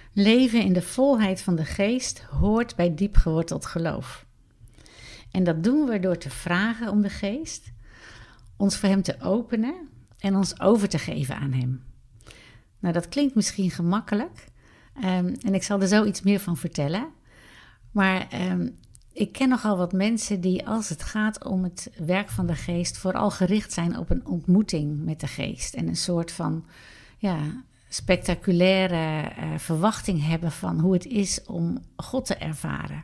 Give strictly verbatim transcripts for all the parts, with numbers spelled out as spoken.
Leven in de volheid van de geest hoort bij diep geworteld geloof. En dat doen we door te vragen om de geest, ons voor hem te openen en ons over te geven aan hem. Nou, dat klinkt misschien gemakkelijk um, en ik zal er zo iets meer van vertellen. Maar um, ik ken nogal wat mensen die, als het gaat om het werk van de geest, vooral gericht zijn op een ontmoeting met de geest. En een soort van ja, spectaculaire uh, verwachting hebben van hoe het is om God te ervaren.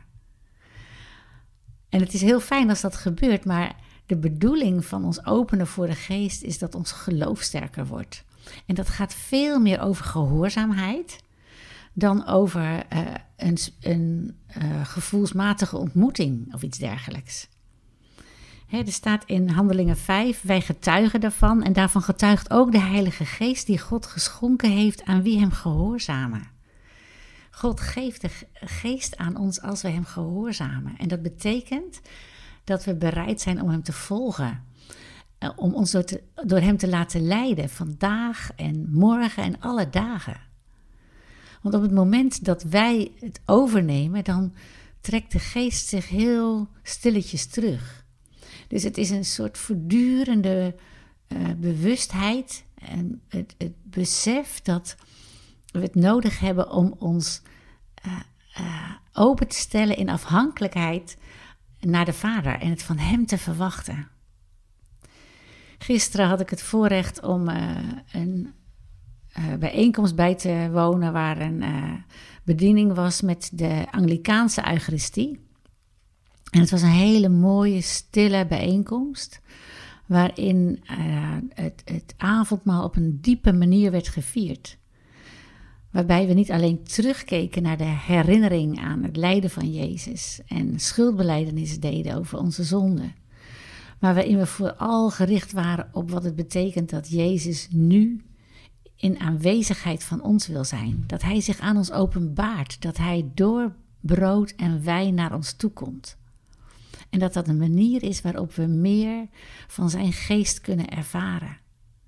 En het is heel fijn als dat gebeurt, maar de bedoeling van ons openen voor de geest is dat ons geloof sterker wordt. En dat gaat veel meer over gehoorzaamheid dan over uh, een, een uh, gevoelsmatige ontmoeting of iets dergelijks. Hè, er staat in Handelingen vijf, wij getuigen daarvan en daarvan getuigt ook de Heilige Geest die God geschonken heeft aan wie hem gehoorzamen. God geeft de geest aan ons als we hem gehoorzamen. En dat betekent dat we bereid zijn om hem te volgen. Om ons door, te, door hem te laten leiden, vandaag en morgen en alle dagen. Want op het moment dat wij het overnemen, dan trekt de geest zich heel stilletjes terug. Dus het is een soort voortdurende uh, bewustheid en het, het besef dat we het nodig hebben om ons uh, uh, open te stellen in afhankelijkheid naar de Vader en het van hem te verwachten. Gisteren had ik het voorrecht om uh, een uh, bijeenkomst bij te wonen waar een uh, bediening was met de Anglikaanse Eucharistie. En het was een hele mooie, stille bijeenkomst waarin uh, het, het avondmaal op een diepe manier werd gevierd. Waarbij we niet alleen terugkeken naar de herinnering aan het lijden van Jezus en schuldbelijdenis deden over onze zonden. Maar waarin we vooral gericht waren op wat het betekent dat Jezus nu in aanwezigheid van ons wil zijn. Dat hij zich aan ons openbaart, dat hij door brood en wijn naar ons toe komt. En dat dat een manier is waarop we meer van zijn geest kunnen ervaren.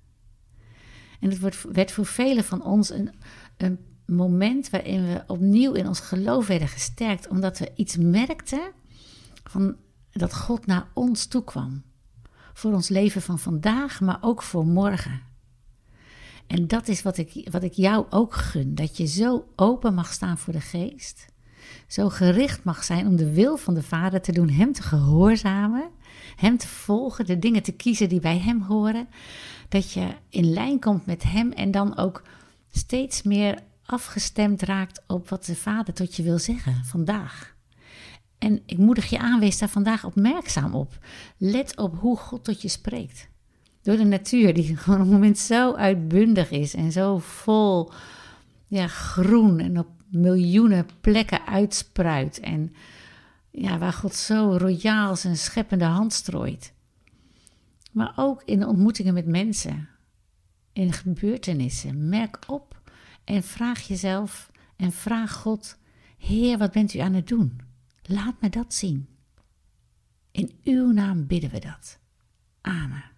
En het wordt, werd voor velen van ons een, een moment waarin we opnieuw in ons geloof werden gesterkt, omdat we iets merkten van dat God naar ons toe kwam. Voor ons leven van vandaag, maar ook voor morgen. En dat is wat ik, wat ik jou ook gun, dat je zo open mag staan voor de geest. Zo gericht mag zijn om de wil van de Vader te doen, hem te gehoorzamen, hem te volgen, de dingen te kiezen die bij hem horen. Dat je in lijn komt met hem en dan ook steeds meer afgestemd raakt op wat de Vader tot je wil zeggen vandaag. En ik moedig je aan, wees daar vandaag opmerkzaam op. Let op hoe God tot je spreekt. Door de natuur, die gewoon op het moment zo uitbundig is en zo vol ja, groen en op miljoenen plekken uitspruit. En ja, waar God zo royaal zijn scheppende hand strooit. Maar ook in de ontmoetingen met mensen, in gebeurtenissen. Merk op en vraag jezelf en vraag God: Heer, wat bent u aan het doen? Laat me dat zien. In uw naam bidden we dat. Amen.